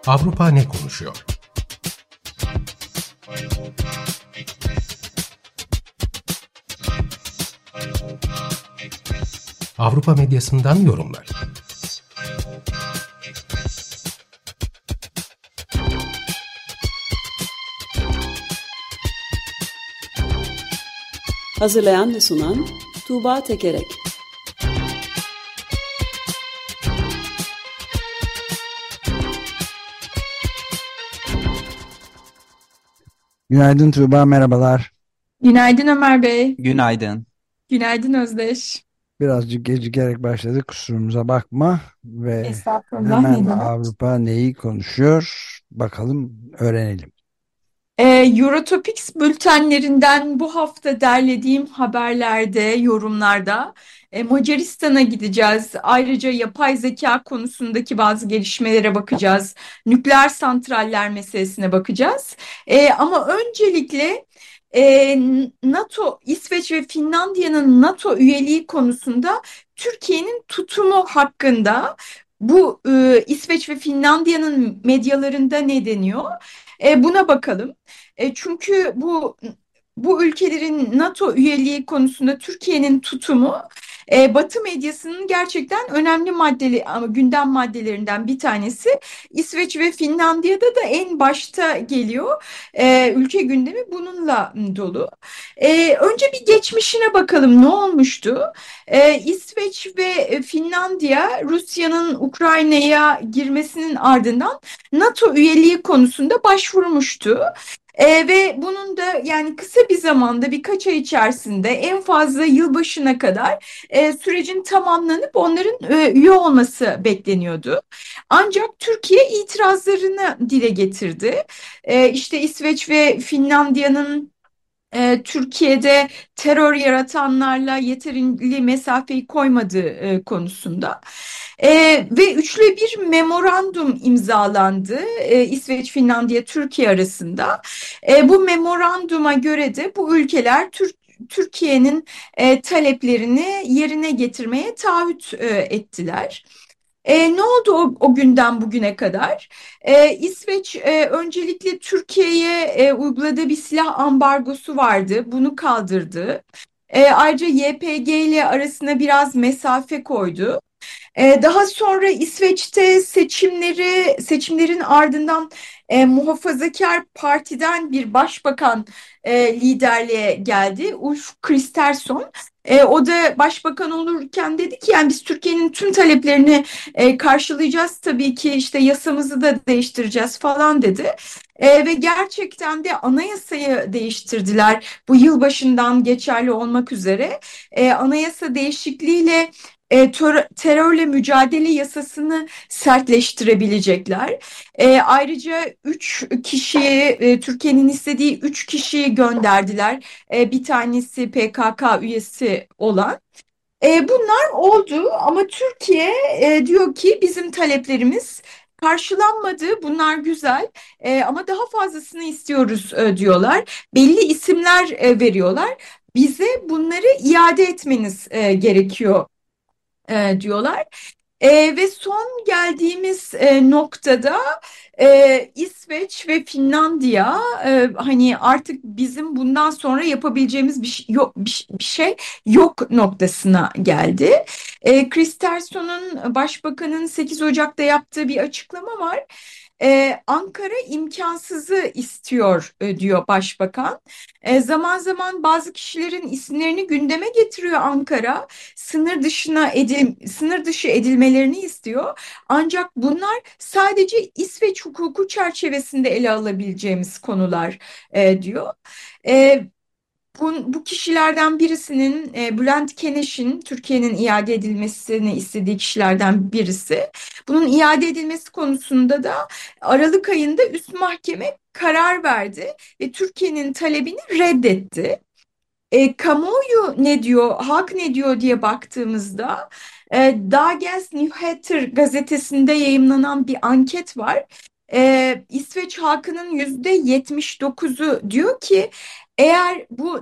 Avrupa ne konuşuyor? Avrupa medyasından yorumlar. Hazırlayan ve sunan Tuğba Tekerek. Günaydın Tuğba, merhabalar. Günaydın Ömer Bey. Günaydın. Günaydın Özdeş. Birazcık gecikerek başladık, kusurumuza bakma ve Estağfurullah, ne hemen demek? Avrupa neyi konuşuyor? Bakalım, öğrenelim. Eurotopics bültenlerinden bu hafta derlediğim haberlerde, yorumlarda Macaristan'a gideceğiz. Ayrıca yapay zeka konusundaki bazı gelişmelere bakacağız. Nükleer santraller meselesine bakacağız. Ama öncelikle NATO, İsveç ve Finlandiya'nın NATO üyeliği konusunda Türkiye'nin tutumu hakkında bu İsveç ve Finlandiya'nın medyalarında ne deniyor? Buna bakalım. Çünkü bu ülkelerin NATO üyeliği konusunda Türkiye'nin tutumu Batı medyasının gerçekten önemli ama gündem maddelerinden bir tanesi. İsveç ve Finlandiya'da da en başta geliyor. Ülke gündemi bununla dolu. Önce bir geçmişine bakalım, ne olmuştu? İsveç ve Finlandiya Rusya'nın Ukrayna'ya girmesinin ardından NATO üyeliği konusunda başvurmuştu. Ve bunun da yani kısa bir zamanda, birkaç ay içerisinde, en fazla yılbaşına kadar sürecin tamamlanıp onların üye olması bekleniyordu. Ancak Türkiye itirazlarını dile getirdi. İşte İsveç ve Finlandiya'nın Türkiye'de terör yaratanlarla yeterince mesafeyi koymadığı konusunda. Ve üçlü bir memorandum imzalandı İsveç, Finlandiya, Türkiye arasında. Bu memoranduma göre de bu ülkeler Türkiye'nin taleplerini yerine getirmeye taahhüt ettiler. Ne oldu o günden bugüne kadar? İsveç öncelikle Türkiye'ye uyguladığı bir silah ambargosu vardı. Bunu kaldırdı. Ayrıca YPG ile arasına biraz mesafe koydu. Daha sonra İsveç'te seçimlerin ardından Muhafazakar Parti'den bir başbakan liderliğe geldi. Ulf Kristersson. O da başbakan olurken dedi ki yani biz Türkiye'nin tüm taleplerini karşılayacağız, tabii ki işte yasamızı da değiştireceğiz falan dedi. Ve gerçekten de anayasayı değiştirdiler. Bu yılbaşından geçerli olmak üzere. Anayasa değişikliğiyle terörle mücadele yasasını sertleştirebilecekler. Ayrıca Türkiye'nin istediği 3 kişiyi gönderdiler. Bir tanesi PKK üyesi olan. Bunlar oldu ama Türkiye diyor ki bizim taleplerimiz karşılanmadı. Bunlar güzel ama daha fazlasını istiyoruz diyorlar. Belli isimler veriyorlar. Bize bunları iade etmeniz gerekiyor diyorlar. Ve son geldiğimiz noktada İsveç ve Finlandiya hani artık bizim bundan sonra yapabileceğimiz bir şey yok noktasına geldi. Kristersson'un, başbakanın 8 Ocak'ta yaptığı bir açıklama var. Ankara imkansızı istiyor diyor başbakan. Zaman zaman bazı kişilerin isimlerini gündeme getiriyor Ankara. Sınır dışı edilmelerini istiyor. Ancak bunlar sadece İsveç hukuku çerçevesinde ele alabileceğimiz konular diyor. E, bu kişilerden birisinin Bülent Keneş'in Türkiye'nin iade edilmesini istediği kişilerden birisi. Bunun iade edilmesi konusunda da Aralık ayında üst mahkeme karar verdi ve Türkiye'nin talebini reddetti. Kamuoyu ne diyor, halk ne diyor diye baktığımızda Dagens Nyheter gazetesinde yayımlanan bir anket var. İsveç halkının %79'u diyor ki eğer bu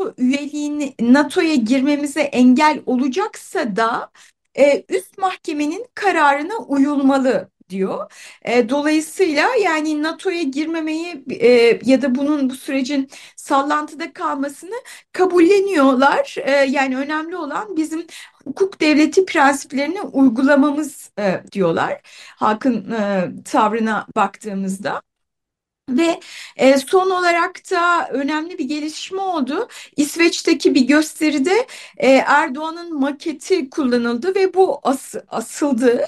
NATO'ya girmemize engel olacaksa da üst mahkemenin kararına uyulmalı diyor. Dolayısıyla yani NATO'ya girmemeyi ya da bu sürecin sallantıda kalmasını kabulleniyorlar. Yani önemli olan bizim hukuk devleti prensiplerini uygulamamız diyorlar. Halkın tavrına baktığımızda. Ve son olarak da önemli bir gelişme oldu. İsveç'teki bir gösteride Erdoğan'ın maketi kullanıldı ve bu asıldı.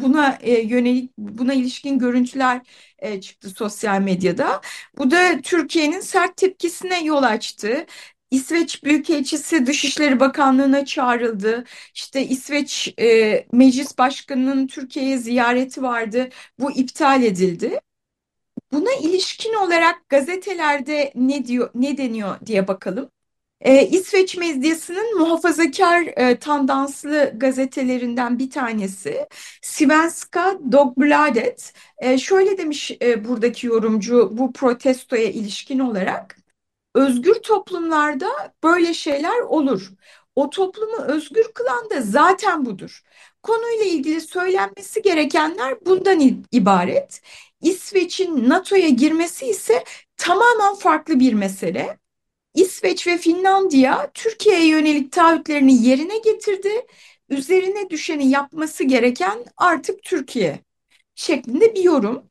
Buna ilişkin görüntüler çıktı sosyal medyada. Bu da Türkiye'nin sert tepkisine yol açtı. İsveç Büyükelçisi Dışişleri Bakanlığı'na çağrıldı. İşte İsveç Meclis Başkanı'nın Türkiye'ye ziyareti vardı. Bu iptal edildi. Buna ilişkin olarak gazetelerde ne deniyor diye bakalım. İsveç medyasının muhafazakar tandanslı gazetelerinden bir tanesi Svenska Dagbladet şöyle demiş buradaki yorumcu bu protestoya ilişkin olarak. Özgür toplumlarda böyle şeyler olur. O toplumu özgür kılan da zaten budur. Konuyla ilgili söylenmesi gerekenler bundan ibaret. İsveç'in NATO'ya girmesi ise tamamen farklı bir mesele. İsveç ve Finlandiya Türkiye'ye yönelik taahhütlerini yerine getirdi. Üzerine düşeni yapması gereken artık Türkiye şeklinde bir yorum.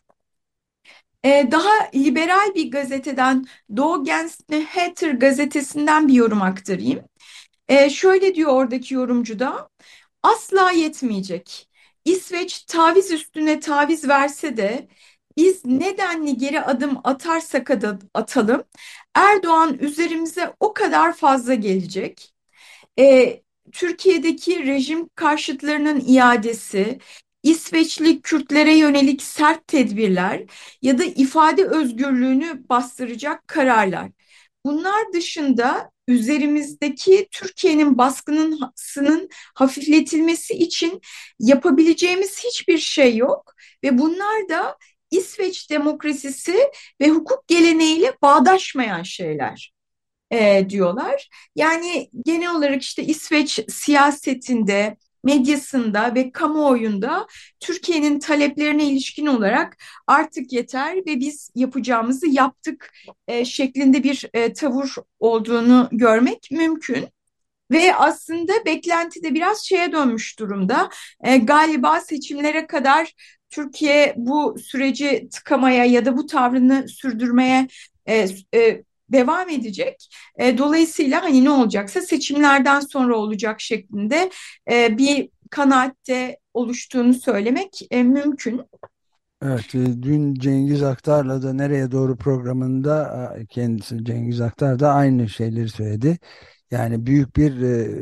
Daha liberal bir gazeteden Dagens Nyheter gazetesinden bir yorum aktarayım. Şöyle diyor oradaki yorumcu da asla yetmeyecek. İsveç taviz üstüne taviz verse de biz nedenli geri adım atarsak atalım Erdoğan üzerimize o kadar fazla gelecek. e, Türkiye'deki rejim karşıtlarının iadesi, İsveçli Kürtlere yönelik sert tedbirler ya da ifade özgürlüğünü bastıracak kararlar. Bunlar dışında üzerimizdeki Türkiye'nin baskısının hafifletilmesi için yapabileceğimiz hiçbir şey yok ve bunlar da İsveç demokrasisi ve hukuk geleneğiyle bağdaşmayan şeyler diyorlar. Yani genel olarak işte İsveç siyasetinde, medyasında ve kamuoyunda Türkiye'nin taleplerine ilişkin olarak artık yeter ve biz yapacağımızı yaptık şeklinde bir tavır olduğunu görmek mümkün. Ve aslında beklenti de biraz şeye dönmüş durumda. Galiba seçimlere kadar Türkiye bu süreci tıkamaya ya da bu tavrını sürdürmeye e, devam edecek. Dolayısıyla hani ne olacaksa seçimlerden sonra olacak şeklinde bir kanaatte oluştuğunu söylemek mümkün. Evet, dün Cengiz Aktar'la da Nereye Doğru programında kendisi Cengiz Aktar da aynı şeyleri söyledi. Yani büyük bir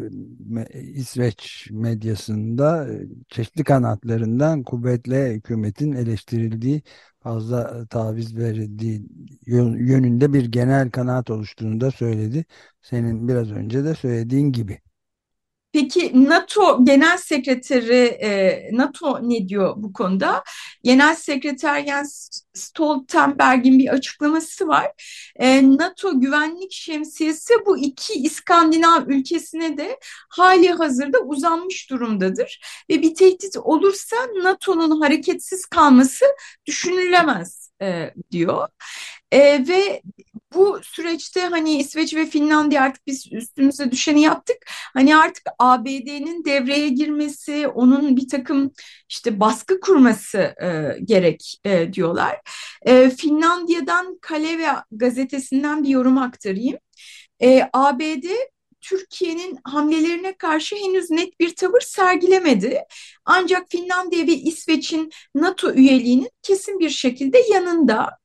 İsveç medyasında çeşitli kanatlarından kuvvetle hükümetin eleştirildiği, fazla taviz verildiği yönünde bir genel kanaat oluştuğunu da söyledi. Senin biraz önce de söylediğin gibi. Peki NATO Genel Sekreteri NATO ne diyor bu konuda? Genel Sekreter Jens Stoltenberg'in bir açıklaması var. NATO Güvenlik Şemsiyesi bu iki İskandinav ülkesine de hali hazırda uzanmış durumdadır. Ve bir tehdit olursa NATO'nun hareketsiz kalması düşünülemez diyor. Ve bu süreçte hani İsveç ve Finlandiya artık biz üstümüze düşeni yaptık. Hani artık ABD'nin devreye girmesi, onun bir takım işte baskı kurması gerek diyorlar. Finlandiya'dan Kaleve gazetesinden bir yorum aktarayım. ABD Türkiye'nin hamlelerine karşı henüz net bir tavır sergilemedi. Ancak Finlandiya ve İsveç'in NATO üyeliğinin kesin bir şekilde yanında.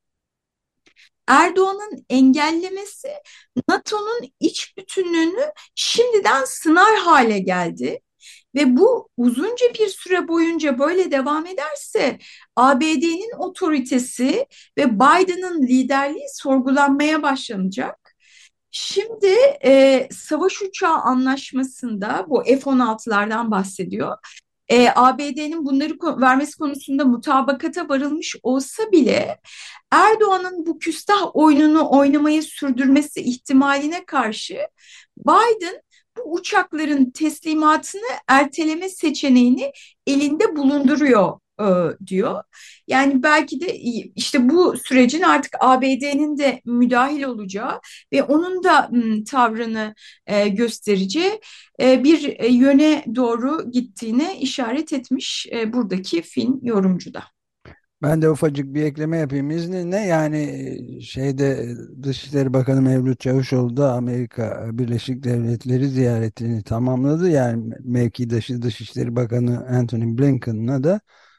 Erdoğan'ın engellemesi NATO'nun iç bütünlüğünü şimdiden sınar hale geldi. Ve bu uzunca bir süre boyunca böyle devam ederse ABD'nin otoritesi ve Biden'ın liderliği sorgulanmaya başlanacak. Şimdi savaş uçağı anlaşmasında bu F-16'lardan bahsediyor. ABD'nin bunları vermesi konusunda mutabakata varılmış olsa bile Erdoğan'ın bu küstah oyununu oynamayı sürdürmesi ihtimaline karşı Biden bu uçakların teslimatını erteleme seçeneğini elinde bulunduruyor diyor. Yani belki de işte bu sürecin artık ABD'nin de müdahil olacağı ve onun da tavrını göstereceği bir yöne doğru gittiğine işaret etmiş buradaki film yorumcu da. Ben de ufacık bir ekleme yapayım izninle. Yani şeyde Dışişleri Bakanı Mevlüt Çavuşoğlu da Amerika Birleşik Devletleri ziyaretini tamamladı. Yani mevkidaşı Dışişleri Bakanı Antony Blinken'la da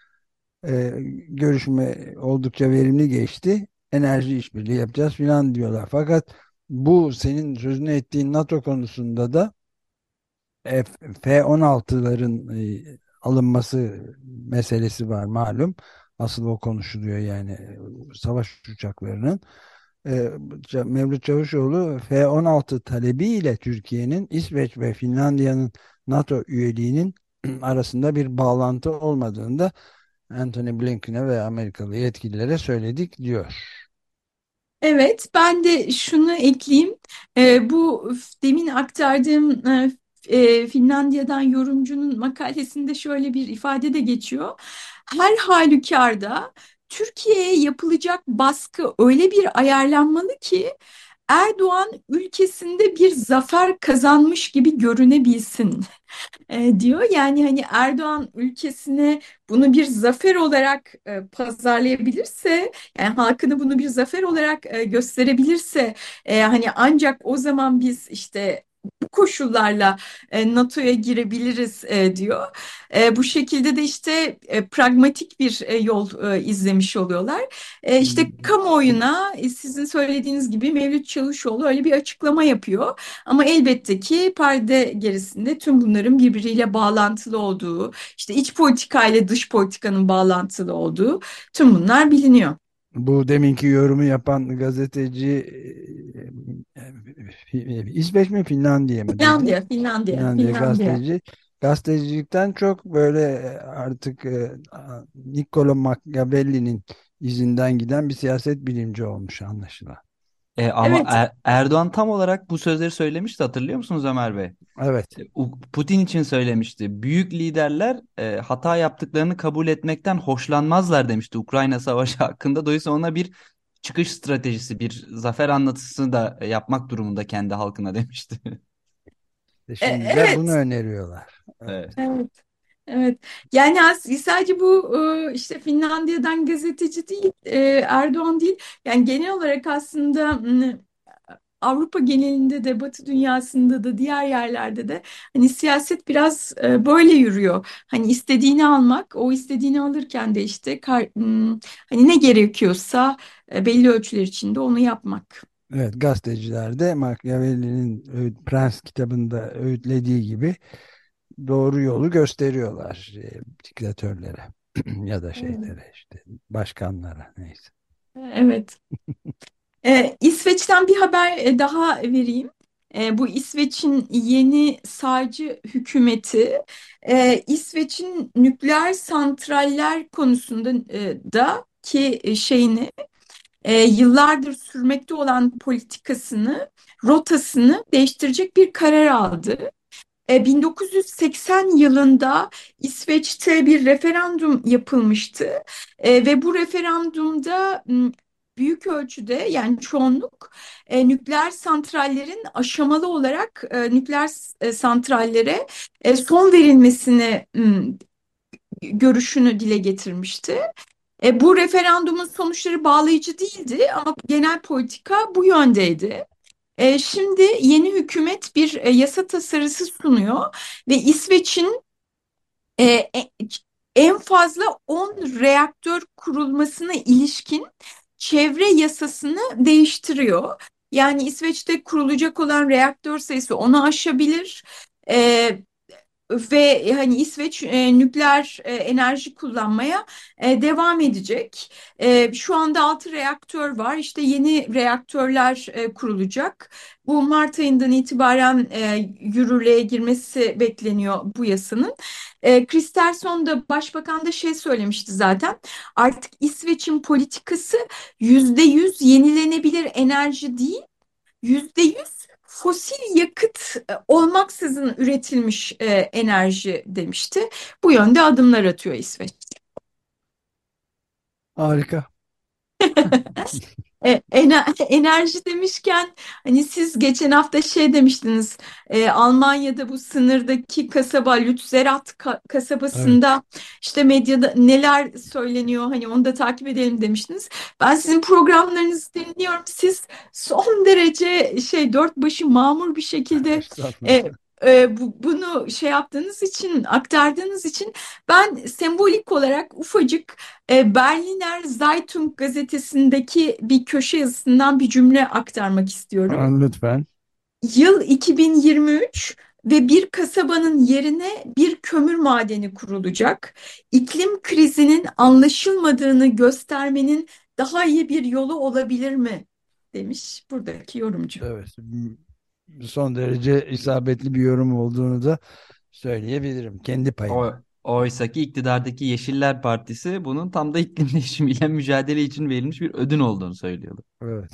görüşme oldukça verimli geçti. Enerji işbirliği yapacağız filan diyorlar. Fakat bu senin sözünü ettiğin NATO konusunda da F-16'ların alınması meselesi var malum. Asıl o konuşuluyor yani savaş uçaklarının. E, Mevlüt Çavuşoğlu F-16 talebiyle Türkiye'nin İsveç ve Finlandiya'nın NATO üyeliğinin arasında bir bağlantı olmadığını da Anthony Blinken'e ve Amerikalı yetkililere söyledik diyor. Evet, ben de şunu ekleyeyim. Bu demin aktardığım Finlandiya'dan yorumcunun makalesinde şöyle bir ifade de geçiyor. Her halükarda Türkiye'ye yapılacak baskı öyle bir ayarlanmalı ki Erdoğan ülkesinde bir zafer kazanmış gibi görünebilsin diyor. Yani hani Erdoğan ülkesine bunu bir zafer olarak pazarlayabilirse, yani halkını bunu bir zafer olarak gösterebilirse, hani ancak o zaman biz işte bu koşullarla NATO'ya girebiliriz diyor. Bu şekilde de işte pragmatik bir yol izlemiş oluyorlar. İşte kamuoyuna sizin söylediğiniz gibi Mevlüt Çavuşoğlu öyle bir açıklama yapıyor. Ama elbette ki perde gerisinde tüm bunların birbiriyle bağlantılı olduğu, işte iç politika ile dış politikanın bağlantılı olduğu tüm bunlar biliniyor. Bu deminki yorumu yapan gazeteci İsveç mi Finlandiya mı dedi? Finlandiya, Finlandiya, Finlandiya Finlandiya. gazeteci. Gazetecilikten çok böyle artık Niccolo Machiavelli'nin izinden giden bir siyaset bilimci olmuş anlaşılan. Ama Evet, Erdoğan tam olarak bu sözleri söylemişti, hatırlıyor musunuz Ömer Bey? Evet. Putin için söylemişti. Büyük liderler hata yaptıklarını kabul etmekten hoşlanmazlar demişti Ukrayna Savaşı hakkında. Dolayısıyla ona bir çıkış stratejisi, bir zafer anlatısı da yapmak durumunda kendi halkına demişti. Şimdi de bunu evet, öneriyorlar. Evet. Evet. evet. Evet, yani sadece bu işte Finlandiya'dan gazeteci değil, Erdoğan değil, yani genel olarak aslında Avrupa genelinde de Batı dünyasında da diğer yerlerde de hani siyaset biraz böyle yürüyor. Hani istediğini almak, o istediğini alırken de işte hani ne gerekiyorsa belli ölçüler içinde onu yapmak. Evet, gazeteciler de Machiavelli'nin Prens kitabında öğütlediği gibi doğru yolu gösteriyorlar diktatörlere ya da Evet. şeylere işte başkanlara neyse. Evet. İsveç'ten bir haber daha vereyim. Bu İsveç'in yeni sağcı hükümeti, İsveç'in nükleer santraller konusunda da ki şeyini yıllardır sürmekte olan politikasını, rotasını değiştirecek bir karar aldı. 1980 yılında İsveç'te bir referandum yapılmıştı. Ve bu referandumda büyük ölçüde, yani çoğunluk nükleer santrallerin aşamalı olarak nükleer santrallere son verilmesini görüşünü dile getirmişti. Bu referandumun sonuçları bağlayıcı değildi ama genel politika bu yöndeydi. Şimdi yeni hükümet bir yasa tasarısı sunuyor ve İsveç'in e, e, en fazla 10 reaktör kurulmasına ilişkin çevre yasasını değiştiriyor. Yani İsveç'te kurulacak olan reaktör sayısı onu aşabilir. E, Ve hani İsveç nükleer enerji kullanmaya devam edecek. Şu anda 6 reaktör var. İşte yeni reaktörler kurulacak. Bu Mart ayından itibaren yürürlüğe girmesi bekleniyor bu yasanın. Kristersson da başbakan da şey söylemişti zaten. Artık İsveç'in politikası %100 yenilenebilir enerji değil, %100 fosil yakıt olmaksızın üretilmiş enerji demişti. Bu yönde adımlar atıyor İsveç. Harika. Enerji demişken hani siz geçen hafta şey demiştiniz, Almanya'da bu sınırdaki kasaba Lützerath Evet. kasabasında işte medyada neler söyleniyor hani onu da takip edelim demiştiniz. Ben sizin programlarınızı dinliyorum. Siz son derece şey dört başı mamur bir şekilde e, Estağfurullah. bunu şey yaptığınız için aktardığınız için ben sembolik olarak ufacık Berliner Zeitung gazetesindeki bir köşe yazısından bir cümle aktarmak istiyorum. Lütfen. Yıl 2023 ve bir kasabanın yerine bir kömür madeni kurulacak. İklim krizinin anlaşılmadığını göstermenin daha iyi bir yolu olabilir mi? Demiş buradaki yorumcu. Evet. Son derece isabetli bir yorum olduğunu da söyleyebilirim. Kendi O, payıma. oysa ki iktidardaki Yeşiller Partisi bunun tam da iklim değişimiyle mücadele için verilmiş bir ödün olduğunu söylüyordu. Evet.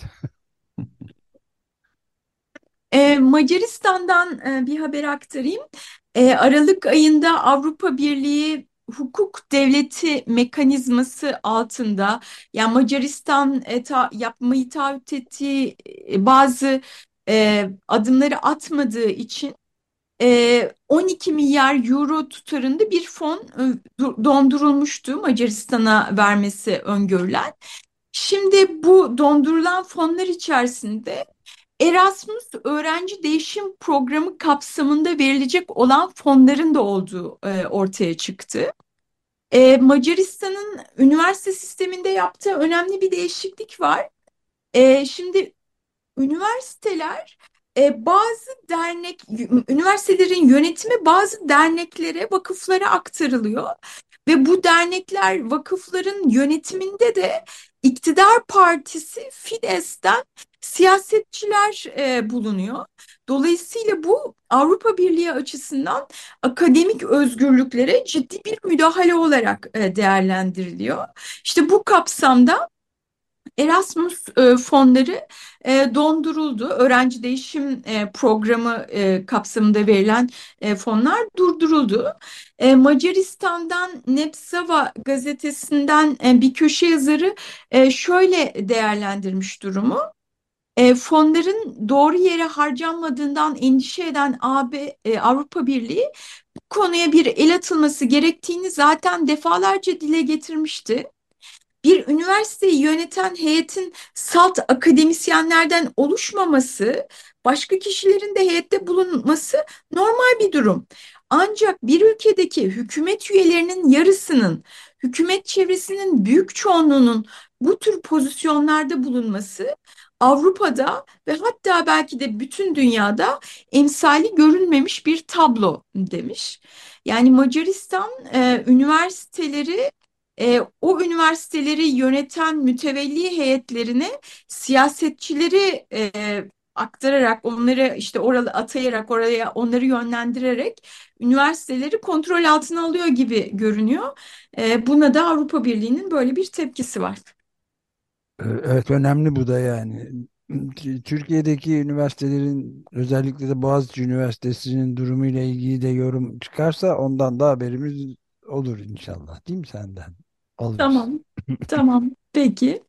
Macaristan'dan bir haber aktarayım. Aralık ayında Avrupa Birliği hukuk devleti mekanizması altında, yani Macaristan yapmayı taahhüt ettiği bazı adımları atmadığı için 12 milyar euro tutarında bir fon dondurulmuştu Macaristan'a vermesi öngörülen. Şimdi bu dondurulan fonlar içerisinde Erasmus öğrenci değişim programı kapsamında verilecek olan fonların da olduğu ortaya çıktı. Macaristan'ın üniversite sisteminde yaptığı önemli bir değişiklik var. Şimdi üniversiteler üniversitelerin yönetimi bazı derneklere, vakıflara aktarılıyor. Ve bu dernekler, vakıfların yönetiminde de iktidar partisi Fidesz'ten siyasetçiler bulunuyor. Dolayısıyla bu Avrupa Birliği açısından akademik özgürlüklere ciddi bir müdahale olarak değerlendiriliyor. İşte bu kapsamda Erasmus fonları donduruldu. Öğrenci değişim programı kapsamında verilen fonlar durduruldu. Macaristan'dan Nepsava gazetesinden bir köşe yazarı şöyle değerlendirmiş durumu. Fonların doğru yere harcanmadığından endişe eden Avrupa Birliği bu konuya bir el atılması gerektiğini zaten defalarca dile getirmişti. Bir üniversiteyi yöneten heyetin salt akademisyenlerden oluşmaması, başka kişilerin de heyette bulunması normal bir durum. Ancak bir ülkedeki hükümet üyelerinin yarısının, hükümet çevresinin büyük çoğunluğunun bu tür pozisyonlarda bulunması Avrupa'da ve hatta belki de bütün dünyada emsali görülmemiş bir tablo demiş. Yani Macaristan üniversiteleri o üniversiteleri yöneten mütevelli heyetlerine siyasetçileri aktararak, onları işte atayarak oraya onları yönlendirerek üniversiteleri kontrol altına alıyor gibi görünüyor. Buna da Avrupa Birliği'nin böyle bir tepkisi var. Evet, önemli bu da yani. Türkiye'deki üniversitelerin, özellikle de Boğaziçi Üniversitesi'nin durumuyla ilgili de yorum çıkarsa ondan da haberimiz olur inşallah. Değil mi senden? Alırız. Tamam, tamam, peki.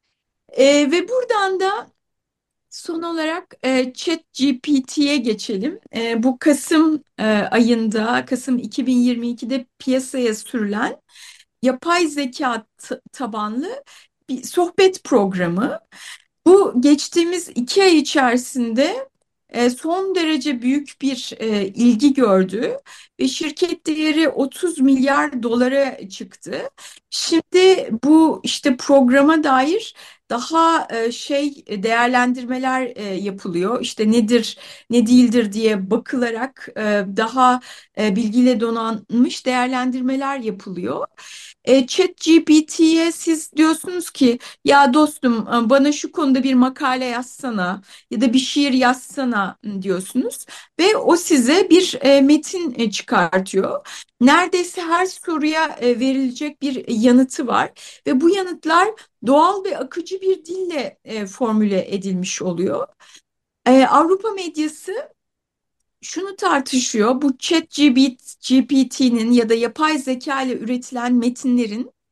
Ve buradan da son olarak ChatGPT'ye geçelim. Bu Kasım ayında, Kasım 2022'de piyasaya sürülen yapay zeka tabanlı bir sohbet programı. Bu geçtiğimiz 2 ay içerisinde son derece büyük bir ilgi gördü ve şirket değeri 30 milyar dolara çıktı. Şimdi bu işte programa dair daha değerlendirmeler yapılıyor. İşte nedir, ne değildir diye bakılarak daha bilgiyle donanmış değerlendirmeler yapılıyor. ChatGPT'ye siz diyorsunuz ki ya dostum bana şu konuda bir makale yazsana ya da bir şiir yazsana diyorsunuz ve o size bir metin çıkartıyor. Neredeyse her soruya verilecek bir yanıtı var ve bu yanıtlar doğal ve akıcı bir dille formüle edilmiş oluyor. Avrupa medyası şunu tartışıyor. Bu ChatGPT'nin ya da yapay zeka ile üretilen metinlerin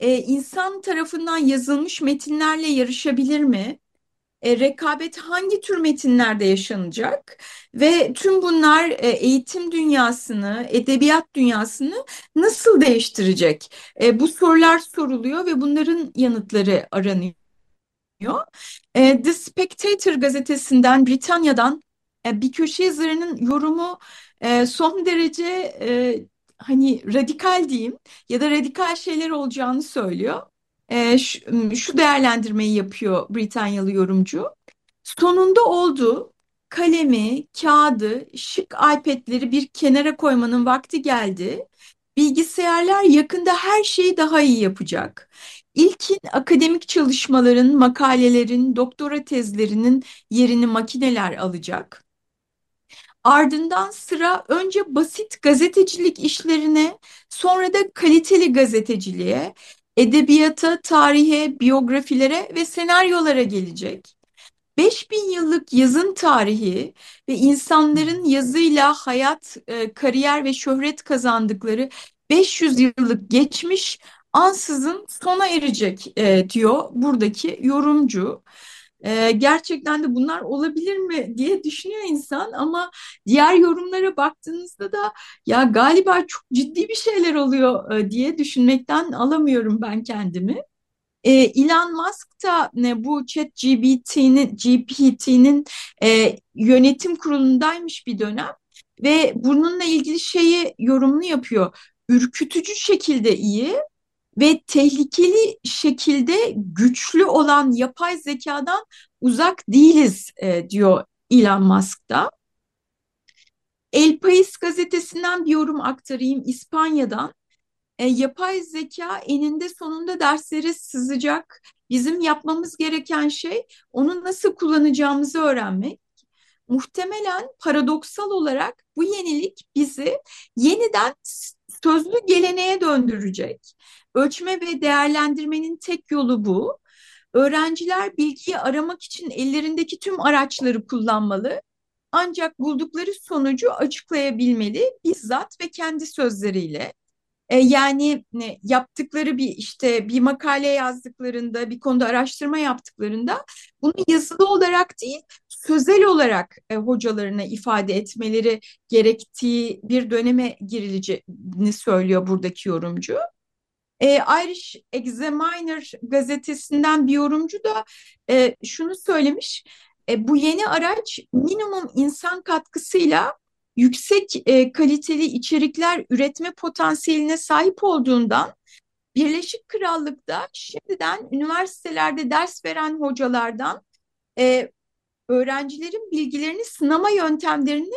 insan tarafından yazılmış metinlerle yarışabilir mi? Rekabet hangi tür metinlerde yaşanacak ve tüm bunlar eğitim dünyasını, edebiyat dünyasını nasıl değiştirecek? Bu sorular soruluyor ve bunların yanıtları aranıyor. The Spectator gazetesinden, Britanya'dan bir köşe yazarının yorumu son derece hani radikal diyeyim ya da radikal şeyler olacağını söylüyor. Şu değerlendirmeyi yapıyor Britanyalı yorumcu. Sonunda oldu. Kalemi, kağıdı, şık iPad'leri bir kenara koymanın vakti geldi. Bilgisayarlar yakında her şeyi daha iyi yapacak. İlkin akademik çalışmaların, makalelerin, doktora tezlerinin yerini makineler alacak. Ardından sıra önce basit gazetecilik işlerine, sonra da kaliteli gazeteciliğe, edebiyata, tarihe, biyografilere ve senaryolara gelecek. 5000 yıllık yazın tarihi ve insanların yazıyla hayat, kariyer ve şöhret kazandıkları 500 yıllık geçmiş ansızın sona erecek diyor buradaki yorumcu. Gerçekten de bunlar olabilir mi diye düşünüyor insan ama diğer yorumlara baktığınızda da ya galiba çok ciddi bir şeyler oluyor diye düşünmekten alamıyorum ben kendimi. Elon Musk da bu GPT'nin yönetim kurulundaymış bir dönem ve bununla ilgili şeyi yorumunu yapıyor. Ürkütücü şekilde iyi ve tehlikeli şekilde güçlü olan yapay zekadan uzak değiliz diyor Elon Musk da. El País gazetesinden bir yorum aktarayım İspanya'dan. Yapay zeka eninde sonunda derslere sızacak. Bizim yapmamız gereken şey onu nasıl kullanacağımızı öğrenmek. Muhtemelen paradoksal olarak bu yenilik bizi yeniden sözlü geleneğe döndürecek. Ölçme ve değerlendirmenin tek yolu bu. Öğrenciler bilgiyi aramak için ellerindeki tüm araçları kullanmalı. Ancak buldukları sonucu açıklayabilmeli bizzat ve kendi sözleriyle. Yani yaptıkları bir makale yazdıklarında, bir konuda araştırma yaptıklarında bunu yazılı olarak değil, sözel olarak hocalarına ifade etmeleri gerektiği bir döneme girileceğini söylüyor buradaki yorumcu. Irish Examiner gazetesinden bir yorumcu da şunu söylemiş. Bu yeni araç minimum insan katkısıyla yüksek kaliteli içerikler üretme potansiyeline sahip olduğundan Birleşik Krallık'ta şimdiden üniversitelerde ders veren hocalardan e, öğrencilerin bilgilerini sınama yöntemlerini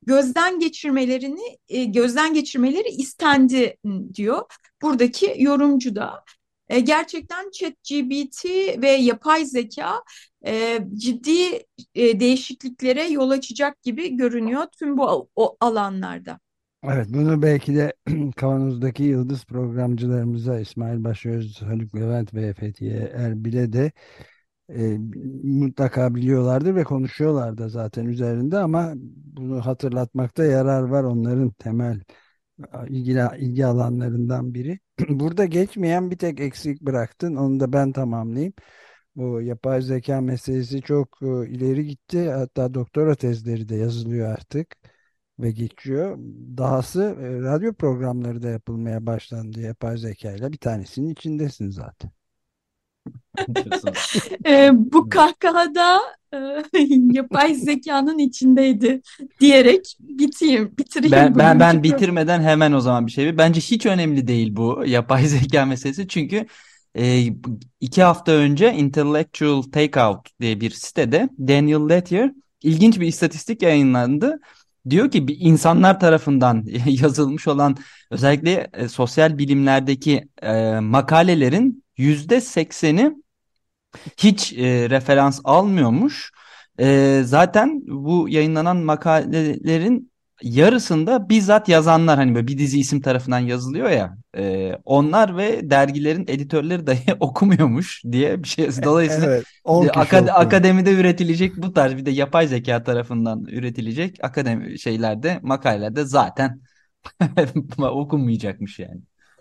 gözden geçirmeleri istendi diyor buradaki yorumcu da. Gerçekten ChatGPT ve yapay zeka ciddi değişikliklere yol açacak gibi görünüyor tüm o alanlarda. Evet, bunu belki de Kavanoz'daki yıldız programcılarımıza İsmail Başöz, Haluk Levent ve Fethiye Erbil'e de e, mutlaka biliyorlardır ve konuşuyorlar da zaten üzerinde, ama bunu hatırlatmakta yarar var, onların temel ilgi alanlarından biri. Burada geçmeyen bir tek eksik bıraktın, onu da ben tamamlayayım. Bu yapay zeka meselesi çok ileri gitti. Hatta doktora tezleri de yazılıyor artık ve geçiyor. Dahası radyo programları da yapılmaya başlandı yapay zeka ile. Bir tanesinin içindesin zaten. Diyorsun. Bu kahkahada e, yapay zekanın içindeydi diyerek bitireyim bugünkü Ben bitirmeden hemen o zaman bir şey. Bence hiç önemli değil bu yapay zeka meselesi. Çünkü e, 2 hafta önce Intellectual Takeout diye bir sitede Daniel Lettier ilginç bir istatistik yayınlandı. Diyor ki bir insanlar tarafından yazılmış olan özellikle sosyal bilimlerdeki makalelerin %80'i hiç referans almıyormuş. Zaten bu yayınlanan makalelerin yarısında bizzat yazanlar, hani böyle bir dizi isim tarafından yazılıyor ya, onlar ve dergilerin editörleri dahi okumuyormuş diye bir şey. Dolayısıyla Evet, 10 kişi okuyor. akademide üretilecek bu tarz bir de yapay zeka tarafından üretilecek akademi şeylerde, makalelerde zaten okunmayacakmış yani.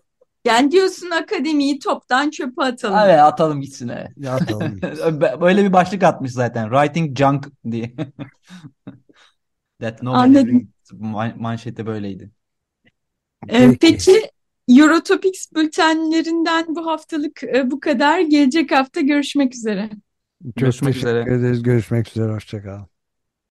Yani diyorsun akademiyi toptan çöpe atalım. Evet, atalım gitsin. Evet. Ya atalım. Böyle bir başlık atmış zaten. Writing junk diye. That nobody Anladım. reads. Manşeti böyleydi. Peki. Peki Eurotopics bültenlerinden bu haftalık bu kadar. Gelecek hafta görüşmek üzere. Çok Görüşmek teşekkür üzere. ederiz. Görüşmek üzere. Hoşça kal.